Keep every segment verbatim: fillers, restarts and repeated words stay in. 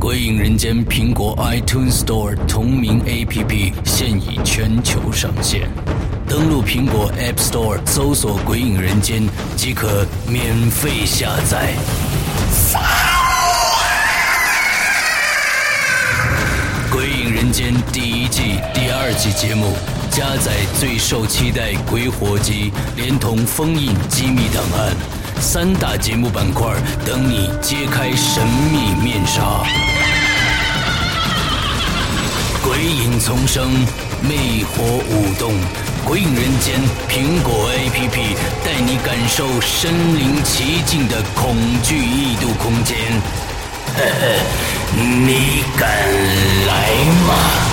鬼影人间苹果 iTunes Store 同名 A P P 现已全球上线，登录苹果 App Store 搜索鬼影人间即可免费下载。鬼影人间第一季第二季节目加载最受期待鬼火集连同封印机密档案三大节目板块，等你揭开神秘面纱。鬼影丛生，魅火舞动，鬼影人间苹果 A P P 带你感受身临其境的恐惧异度空间。呵呵，你敢来吗？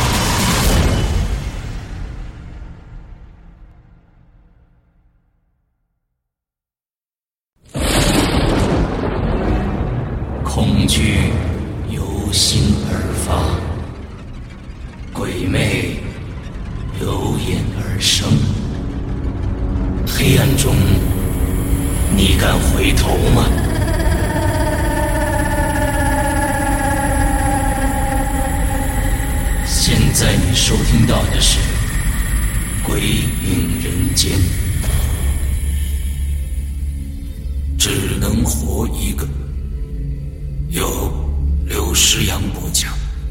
恐惧由心而发，鬼魅由眼而生。黑暗中，你敢回头吗？现在你收听到的是《鬼影人间》，只能活一个。由刘诗阳播讲。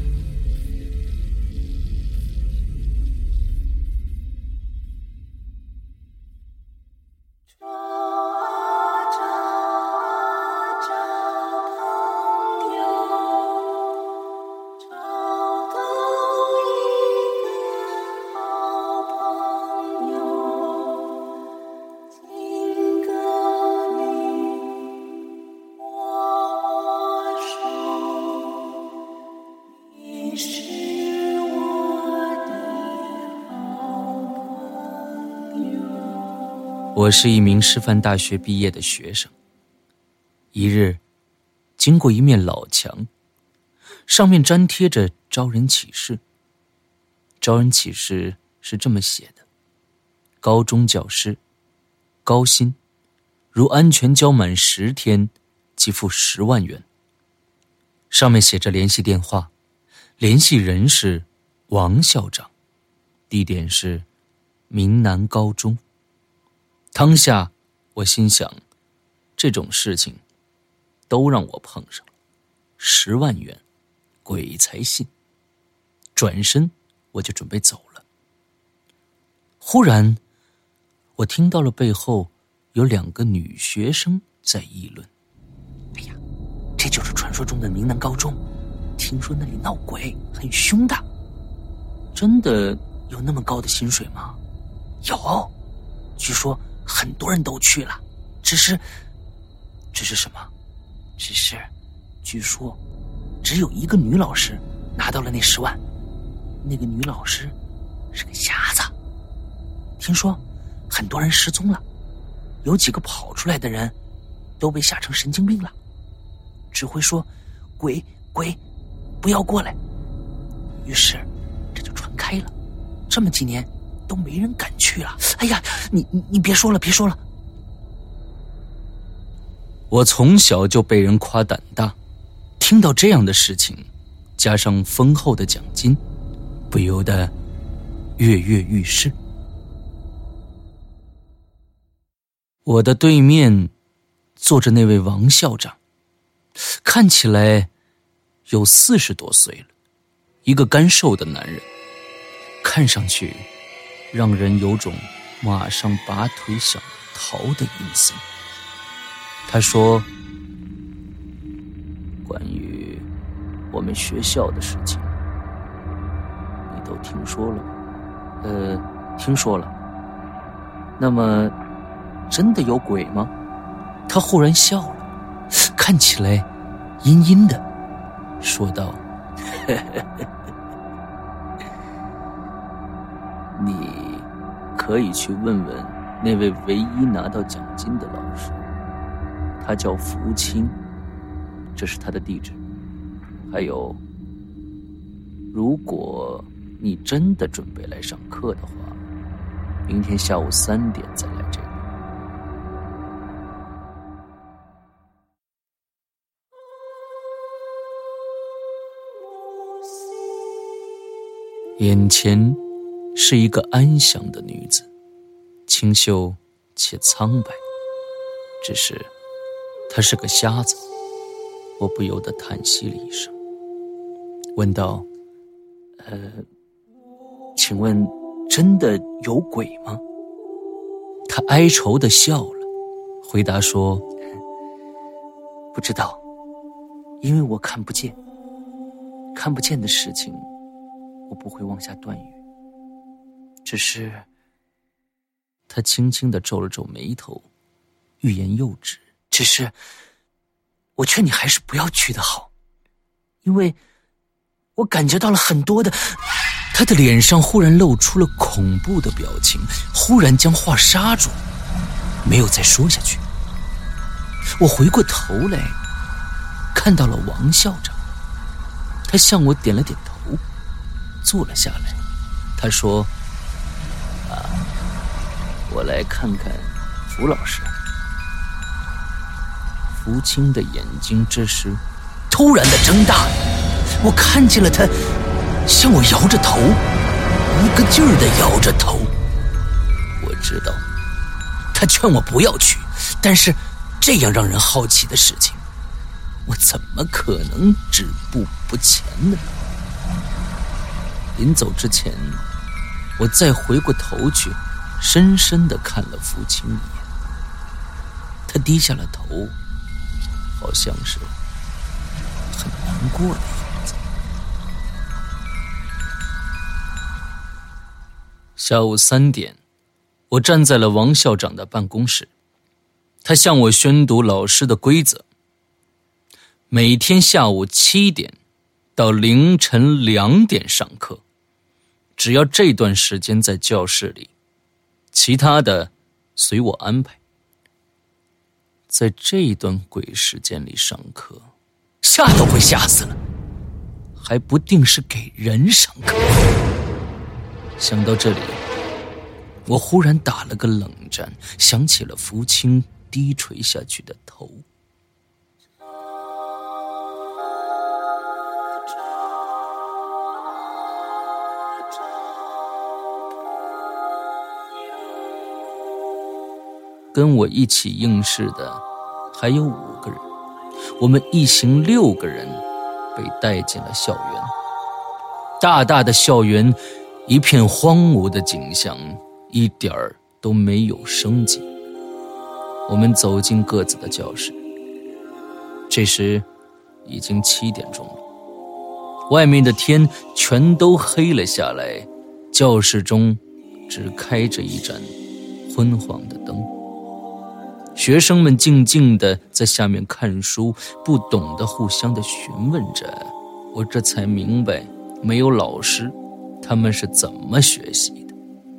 我是一名师范大学毕业的学生。一日，经过一面老墙，上面粘贴着招人启事。招人启事是这么写的：高中教师，高薪，如安全交满十天，即付十万元。上面写着联系电话，联系人是王校长，地点是明南高中。当下我心想，这种事情都让我碰上了，十万元鬼才信。转身我就准备走了，忽然我听到了背后有两个女学生在议论：哎呀，这就是传说中的明南高中，听说那里闹鬼很凶的。真的有那么高的薪水吗？有，据说很多人都去了，只是只是什么？只是据说只有一个女老师拿到了那十万，那个女老师是个瞎子。听说很多人失踪了，有几个跑出来的人都被吓成神经病了，只会说鬼鬼不要过来。于是这就传开了，这么几年都没人敢去了。哎呀，你你你别说了，别说了。我从小就被人夸胆大，听到这样的事情，加上丰厚的奖金，不由得跃跃欲试。我的对面坐着那位王校长，看起来有四十多岁了，一个干瘦的男人，看上去让人有种马上拔腿想逃的阴森。他说，关于我们学校的事情你都听说了吗？呃，听说了。那么真的有鬼吗？他忽然笑了，看起来阴阴的，说道：呵呵呵，你可以去问问那位唯一拿到奖金的老师，他叫福清，这是他的地址。还有，如果你真的准备来上课的话，明天下午三点再来这里。 眼前是一个安详的女子，清秀且苍白，只是她是个瞎子。我不由得叹息了一声，问道：呃，请问真的有鬼吗？她哀愁地笑了，回答说：不知道，因为我看不见，看不见的事情我不会妄下断语。只是他轻轻地皱了皱眉头，欲言又止。只是我劝你还是不要去的好，因为我感觉到了很多的。他的脸上忽然露出了恐怖的表情，忽然将话刹住，没有再说下去。我回过头来，看到了王校长，他向我点了点头，坐了下来。他说：啊，我来看看福老师。福清的眼睛这时突然的睁大，我看见了他向我摇着头，一个劲儿的摇着头。我知道他劝我不要去，但是这样让人好奇的事情，我怎么可能止步不前呢？临走之前，我再回过头去，深深地看了福清一眼。他低下了头，好像是很难过的样子。下午三点，我站在了王校长的办公室，他向我宣读老师的规则：每天下午七点到凌晨两点上课，只要这段时间在教室里，其他的随我安排。在这段鬼时间里上课，吓都会吓死了，还不定是给人上课。想到这里，我忽然打了个冷战，想起了福清低垂下去的头。跟我一起应试的还有五个人，我们一行六个人被带进了校园。大大的校园，一片荒芜的景象，一点儿都没有生机。我们走进各自的教室，这时已经七点钟了，外面的天全都黑了下来，教室中只开着一盏昏黄的灯。学生们静静地在下面看书，不懂得互相的询问着。我这才明白，没有老师，他们是怎么学习的。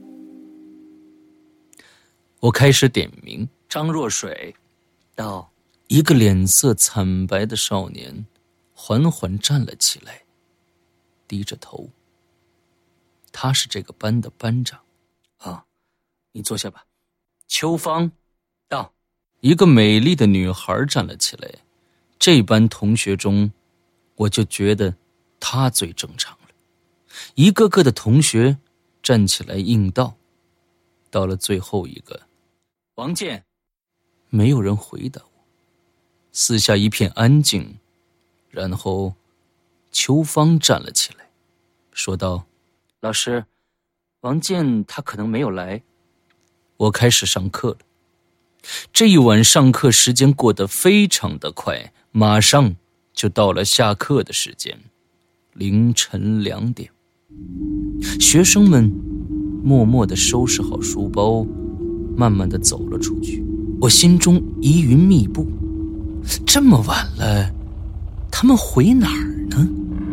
我开始点名：张若水到。一个脸色惨白的少年缓缓站了起来，低着头。他是这个班的班长。啊，你坐下吧。秋芳到。一个美丽的女孩站了起来，这班同学中，我就觉得她最正常了。一个个的同学站起来应道，到了最后一个，王健，没有人回答我，四下一片安静。然后秋芳站了起来，说道：老师，王健他可能没有来。我开始上课了。这一晚上课时间过得非常的快，马上就到了下课的时间，凌晨两点。学生们默默地收拾好书包，慢慢地走了出去。我心中疑云密布，这么晚了，他们回哪儿呢？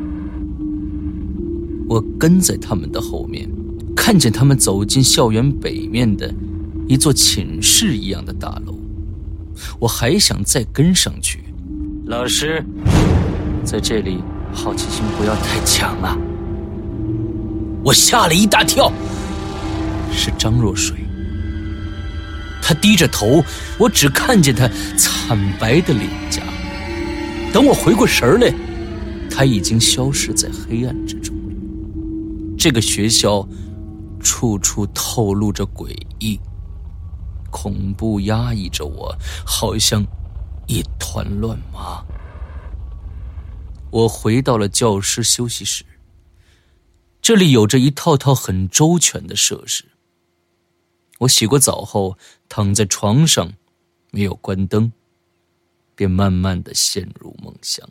我跟在他们的后面，看见他们走进校园北面的一座寝室一样的大楼。我还想再跟上去，老师，在这里好奇心不要太强啊。我吓了一大跳，是张若水。他低着头，我只看见他惨白的脸颊。等我回过神来，他已经消失在黑暗之中。 这个学校处处透露着诡异，恐怖压抑着我，好像一团乱麻。我回到了教师休息室，这里有着一套套很周全的设施。我洗过澡后躺在床上，没有关灯，便慢慢地陷入梦乡。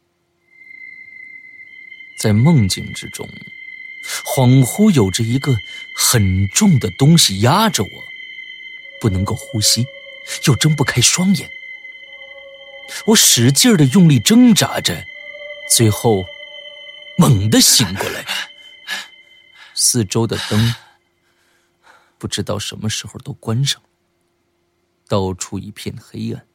在梦境之中，恍惚有着一个很重的东西压着我，不能够呼吸，又睁不开双眼。我使劲地用力挣扎着，最后猛地醒过来。四周的灯不知道什么时候都关上了，到处一片黑暗。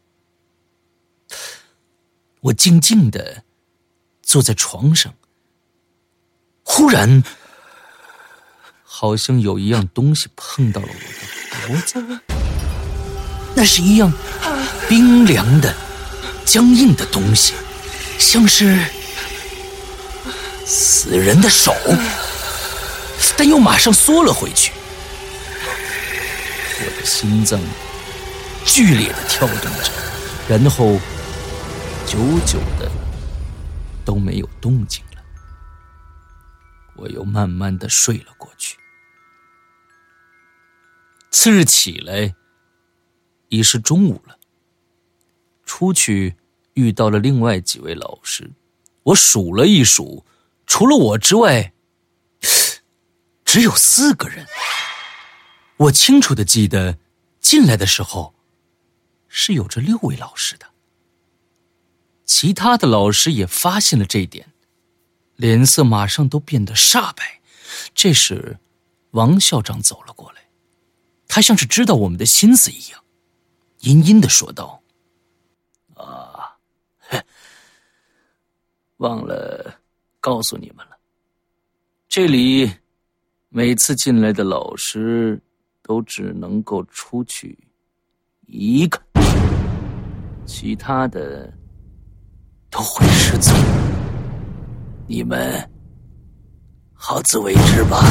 我静静地坐在床上，忽然好像有一样东西碰到了我的脖子，那是一样冰凉的僵硬的东西，像是死人的手，但又马上缩了回去。我的心脏剧烈的跳动着，然后久久的都没有动静了。我又慢慢的睡了过去。次日起来已是中午了，出去遇到了另外几位老师。我数了一数，除了我之外只有四个人。我清楚地记得进来的时候是有着六位老师的。其他的老师也发现了这一点，脸色马上都变得煞白。这时王校长走了过来，他像是知道我们的心思一样，阴阴地说道：啊，忘了告诉你们了，这里每次进来的老师都只能够出去一个，其他的都会失踪，你们好自为之吧。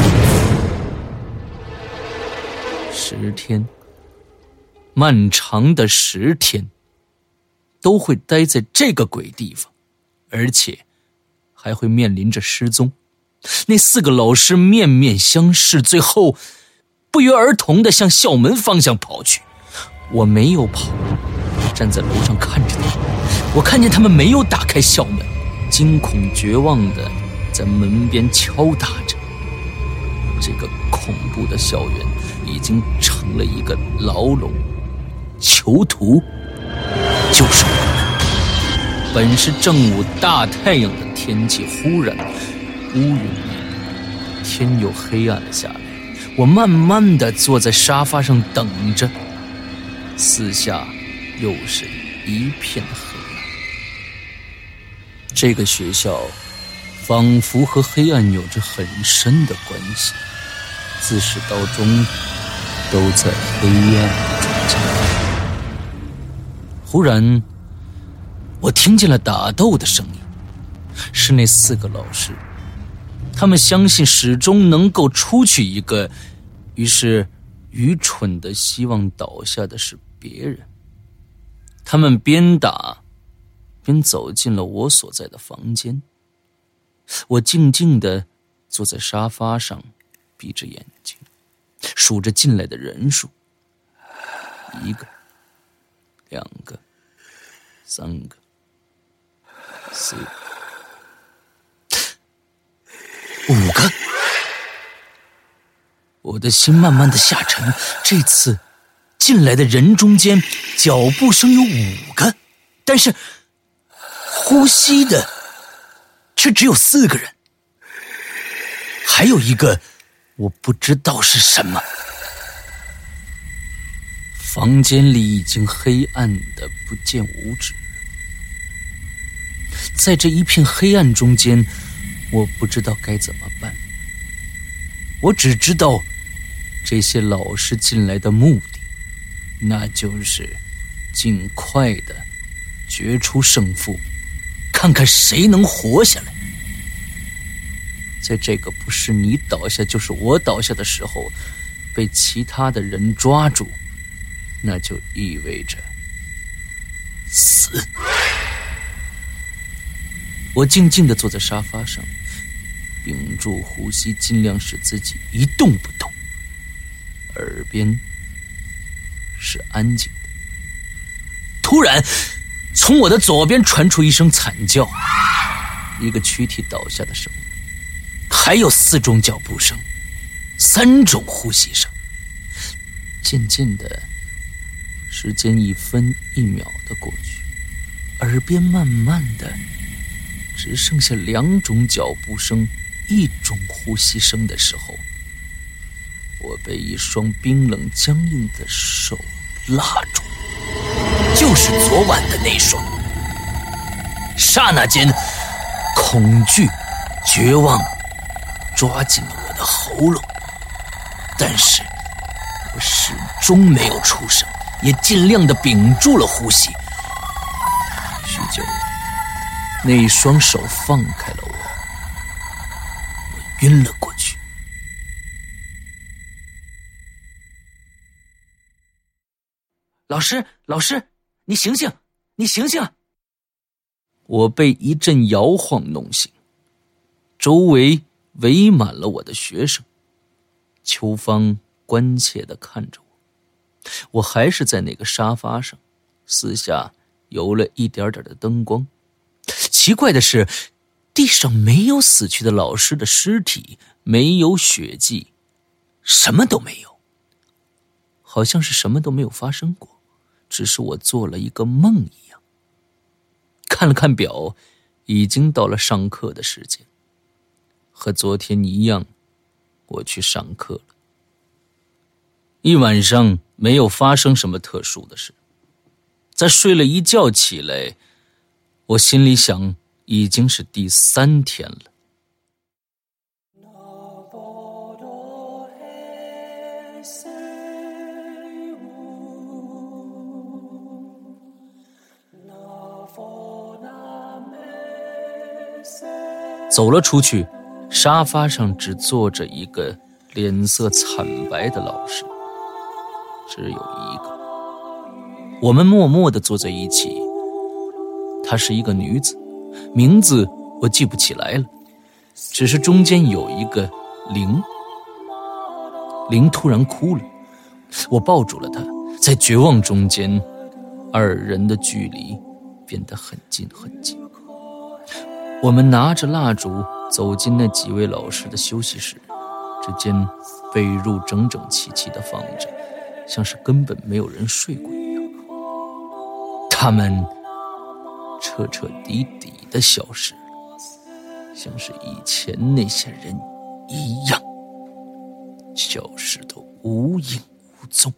十天，漫长的十天，都会待在这个鬼地方，而且还会面临着失踪。那四个老师面面相视，最后不约而同地向校门方向跑去。我没有跑，站在楼上看着他们。我看见他们没有打开校门，惊恐绝望地在门边敲打着。这个恐怖的校园已经成了一个牢笼，囚徒就是我们。本是正午大太阳的天气，忽然乌云密布，天又黑暗了下来。我慢慢地坐在沙发上等着，四下又是一片黑暗。这个学校仿佛和黑暗有着很深的关系，自始到终都在黑暗的中间。忽然我听见了打斗的声音，是那四个老师，他们相信始终能够出去一个，于是愚蠢的希望倒下的是别人。他们边打边走进了我所在的房间。我静静地坐在沙发上，闭着眼睛数着进来的人数，一个，两个，三个，四个，五个。我的心慢慢的下沉，这次进来的人中间脚步声有五个，但是呼吸的却只有四个人，还有一个我不知道是什么。房间里已经黑暗的不见五指，在这一片黑暗中间，我不知道该怎么办。我只知道这些老师进来的目的，那就是尽快的决出胜负，看看谁能活下来。 在这个不是你倒下就是我倒下的时候被其他的人抓住，那就意味着死。我静静地坐在沙发上，屏住呼吸，尽量使自己一动不动，耳边是安静的。突然从我的左边传出一声惨叫，一个躯体倒下的声音，还有四种脚步声，三种呼吸声。渐渐的，时间一分一秒的过去，耳边慢慢的只剩下两种脚步声，一种呼吸声的时候，我被一双冰冷僵硬的手拉住，就是昨晚的那双。刹那间，恐惧、绝望抓紧了我的喉咙，但是我始终没有出声，也尽量地屏住了呼吸。许久，那一双手放开了我，我晕了过去。老师，老师，你醒醒，你醒醒！我被一阵摇晃弄醒，周围围满了我的学生。秋芳关切地看着我，我还是在那个沙发上，四下有了一点点的灯光。奇怪的是，地上没有死去的老师的尸体，没有血迹，什么都没有，好像是什么都没有发生过，只是我做了一个梦一样。看了看表，已经到了上课的时间，和昨天一样，我去上课了。一晚上没有发生什么特殊的事，在睡了一觉起来，我心里想，已经是第三天了。走了出去，沙发上只坐着一个脸色惨白的老师，只有一个。我们默默地坐在一起，她是一个女子，名字我记不起来了，只是中间有一个灵。灵突然哭了，我抱住了她，在绝望中间，二人的距离变得很近很近。我们拿着蜡烛走进那几位老师的休息室，只见被褥整整齐齐地放着，像是根本没有人睡过一样。他们彻彻底底地消失了，像是以前那些人一样，消失得无影无踪。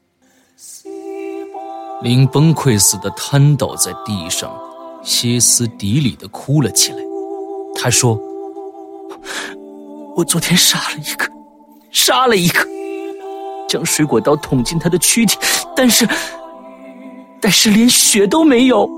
灵崩溃似的瘫倒在地上，歇斯底里地哭了起来。他说，我昨天杀了一个杀了一个将水果刀捅进他的躯体，但是但是连血都没有。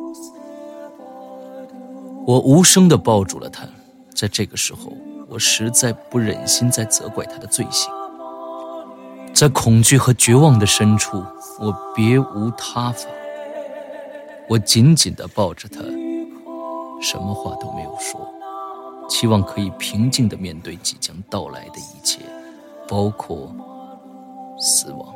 我无声地抱住了他，在这个时候，我实在不忍心再责怪他的罪行。在恐惧和绝望的深处，我别无他法。我紧紧地抱着他，什么话都没有说，期望可以平静地面对即将到来的一切，包括死亡。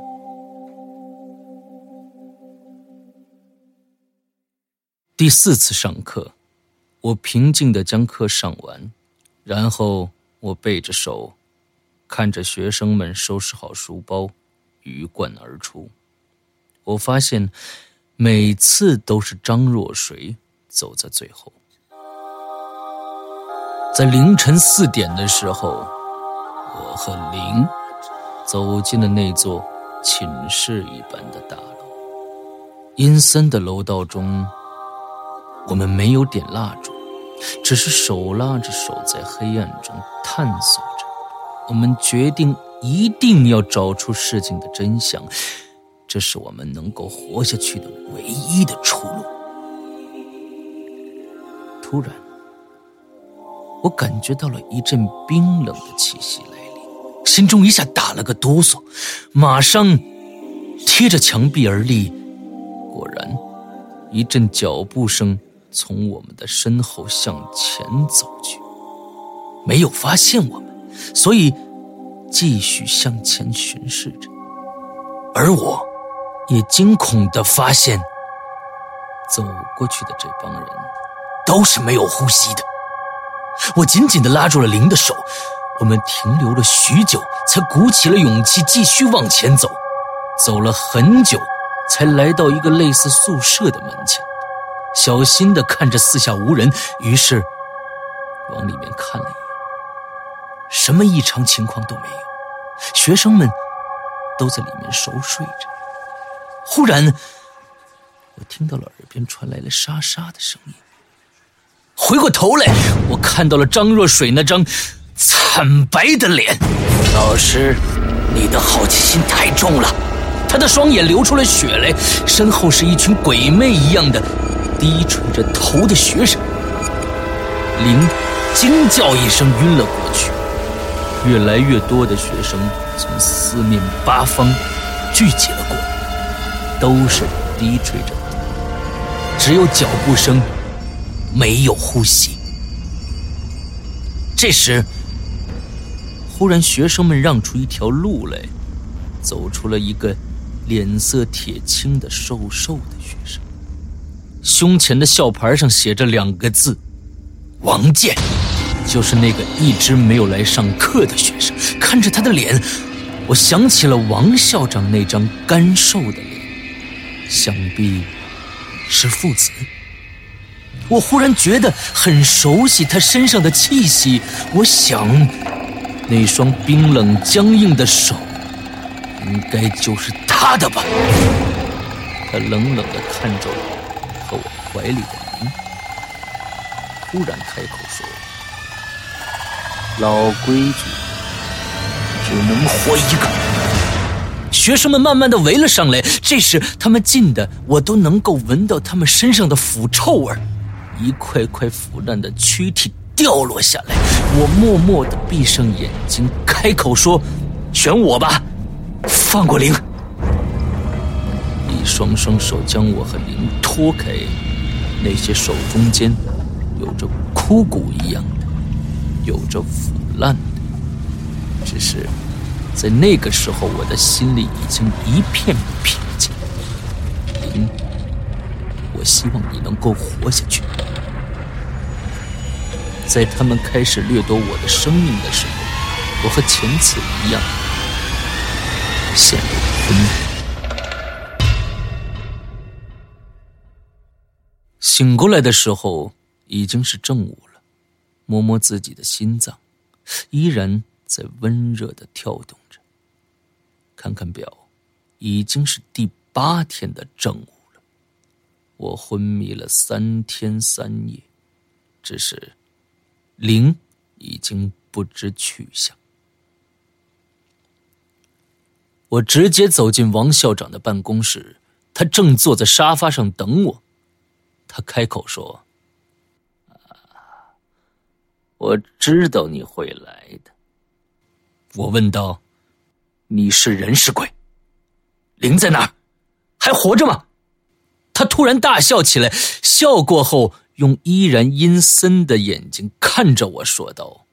第四次上课，我平静地将课上完，然后我背着手，看着学生们收拾好书包，鱼贯而出。我发现每次都是张若水走在最后。在凌晨四点的时候，我和林走进了那座寝室一般的大楼。阴森的楼道中，我们没有点蜡烛，只是手拉着手在黑暗中探索着。我们决定一定要找出事情的真相，这是我们能够活下去的唯一的出路。突然， 我感觉到了一阵冰冷的气息来临，心中一下打了个哆嗦，马上贴着墙壁而立。果然，一阵脚步声从我们的身后向前走去，没有发现我们，所以继续向前巡视着。而我也惊恐地发现，走过去的这帮人都是没有呼吸的。我紧紧地拉住了林的手，我们停留了许久，才鼓起了勇气继续往前走。走了很久，才来到一个类似宿舍的门前，小心地看着四下无人，于是往里面看了一眼，什么异常情况都没有，学生们都在里面熟睡着。忽然，我听到了耳边传来了沙沙的声音，回过头来，我看到了张若水那张惨白的脸。老师，你的好奇心太重了。他的双眼流出了血来，身后是一群鬼魅一样的低垂着头的学生。林惊叫一声晕了过去，越来越多的学生从四面八方聚集了过来，都是低垂着头，只有脚步声，没有呼吸。这时，忽然学生们让出一条路来，走出了一个脸色铁青的瘦瘦的学生，胸前的校牌上写着两个字：王健，就是那个一直没有来上课的学生。看着他的脸，我想起了王校长那张干瘦的脸，想必是父子。我忽然觉得很熟悉他身上的气息，我想那双冰冷僵硬的手应该就是他的吧。他冷冷地看着我和我怀里的林，突然开口说：老规矩，只能活一个。学生们慢慢地围了上来，这时他们近的我都能够闻到他们身上的腐臭味，一块块腐烂的躯体掉落下来。我默默地闭上眼睛，开口说：选我吧，放过灵。一双双手将我和灵拖开，那些手中间有着枯骨一样的，有着腐烂的。只是在那个时候，我的心里已经一片平静。灵，我希望你能够活下去。在他们开始掠夺我的生命的时候，我和前次一样，陷入昏迷。醒过来的时候已经是正午了，摸摸自己的心脏，依然在温热地跳动着。看看表，已经是第八天的正午了。我昏迷了三天三夜，只是灵已经不知去向。我直接走进王校长的办公室，他正坐在沙发上等我。他开口说：啊，我知道你会来的。我问道：你是人是鬼？灵在哪儿？还活着吗？他突然大笑起来，笑过后用依然阴森的眼睛看着我说道：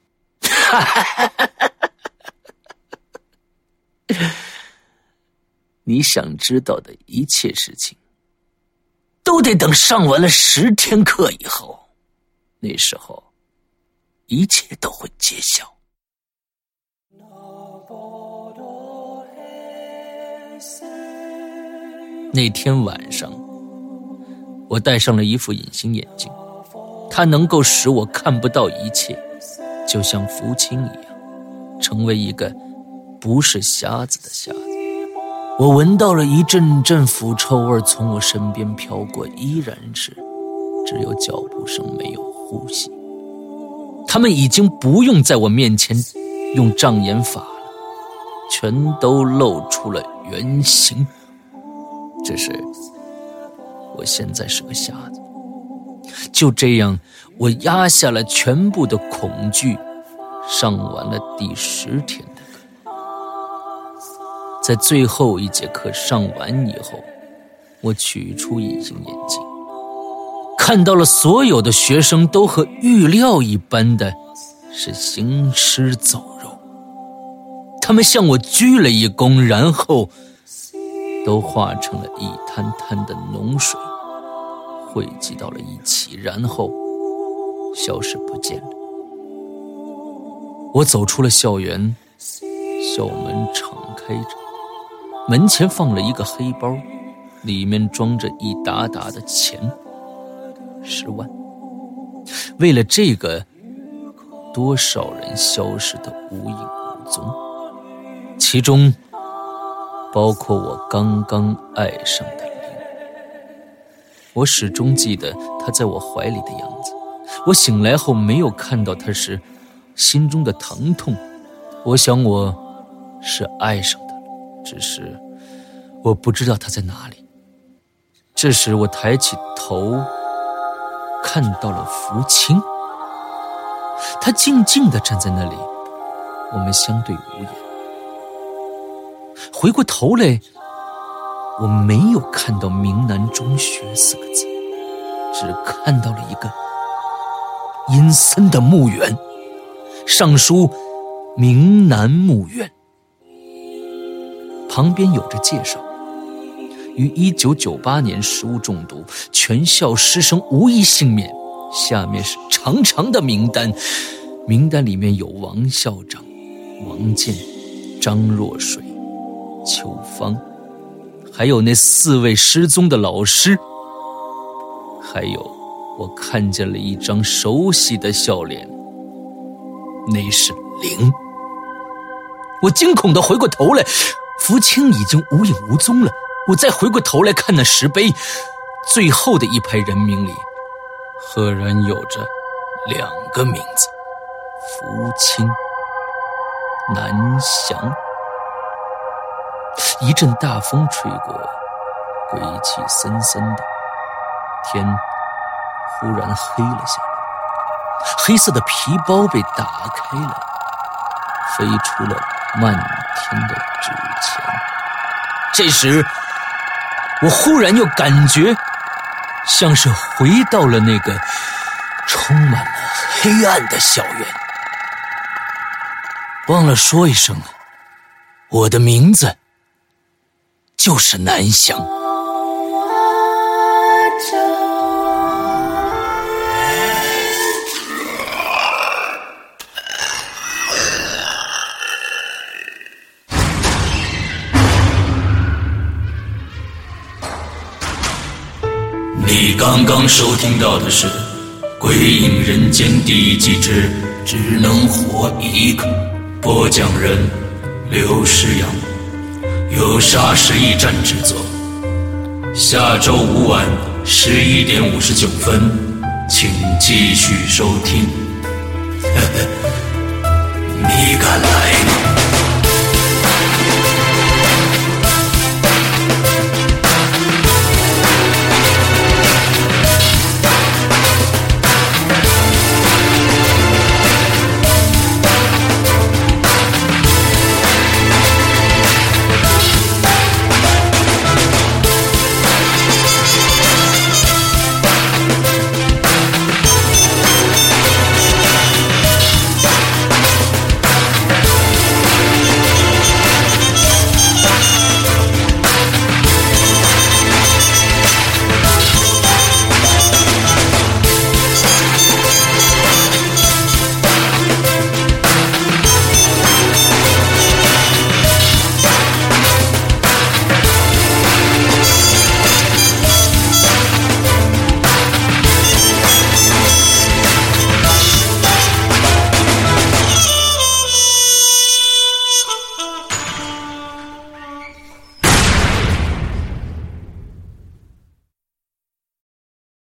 你想知道的一切事情都得等上完了十天课以后，那时候一切都会揭晓。那天晚上，我戴上了一副隐形眼镜，它能够使我看不到一切，就像福清一样，成为一个不是瞎子的瞎子。我闻到了一阵阵腐臭味从我身边飘过，依然是只有脚步声，没有呼吸。他们已经不用在我面前用障眼法了，全都露出了原形。只是我现在是个瞎子， 就这样，我压下了全部的恐惧，上完了第十天的课。在最后一节课上完以后，我取出隐形眼镜，看到了所有的学生都和预料一般的是行尸走肉。他们向我鞠了一躬，然后都化成了一滩滩的脓水，汇集到了一起，然后消失不见了。我走出了校园，校门敞开着，门前放了一个黑包，里面装着一沓沓的钱，十万。为了这个，多少人消失得无影无踪，其中包括我刚刚爱上的灵。我始终记得他在我怀里的样子，我醒来后没有看到他时心中的疼痛。我想我是爱上他了，只是我不知道他在哪里。这时我抬起头，看到了福清，他静静地站在那里，我们相对无言。回过头来，我没有看到明南中学四个字，只看到了一个阴森的墓园，上书明南墓院，旁边有着介绍，于一九九八年食物中毒，全校师生无一幸免。下面是长长的名单，名单里面有王校长、王健、张若水、邱芳，还有那四位失踪的老师，还有我看见了一张熟悉的笑脸，那是灵。我惊恐地回过头来，福清已经无影无踪了。我再回过头来看那石碑，最后的一排人名里赫然有着两个名字，福清、南翔。一阵大风吹过，鬼气森森的，天忽然黑了下来，黑色的皮包被打开了，飞出了漫天的纸钱。这时我忽然又感觉像是回到了那个充满了黑暗的校园。忘了说一声，我的名字就是南翔。 你刚刚收听到的是《鬼影人间》第一季之只能活一个，播讲人刘诗阳，由沙石驿站制作。下周五晚十一点五十九分，请继续收听。你敢来吗？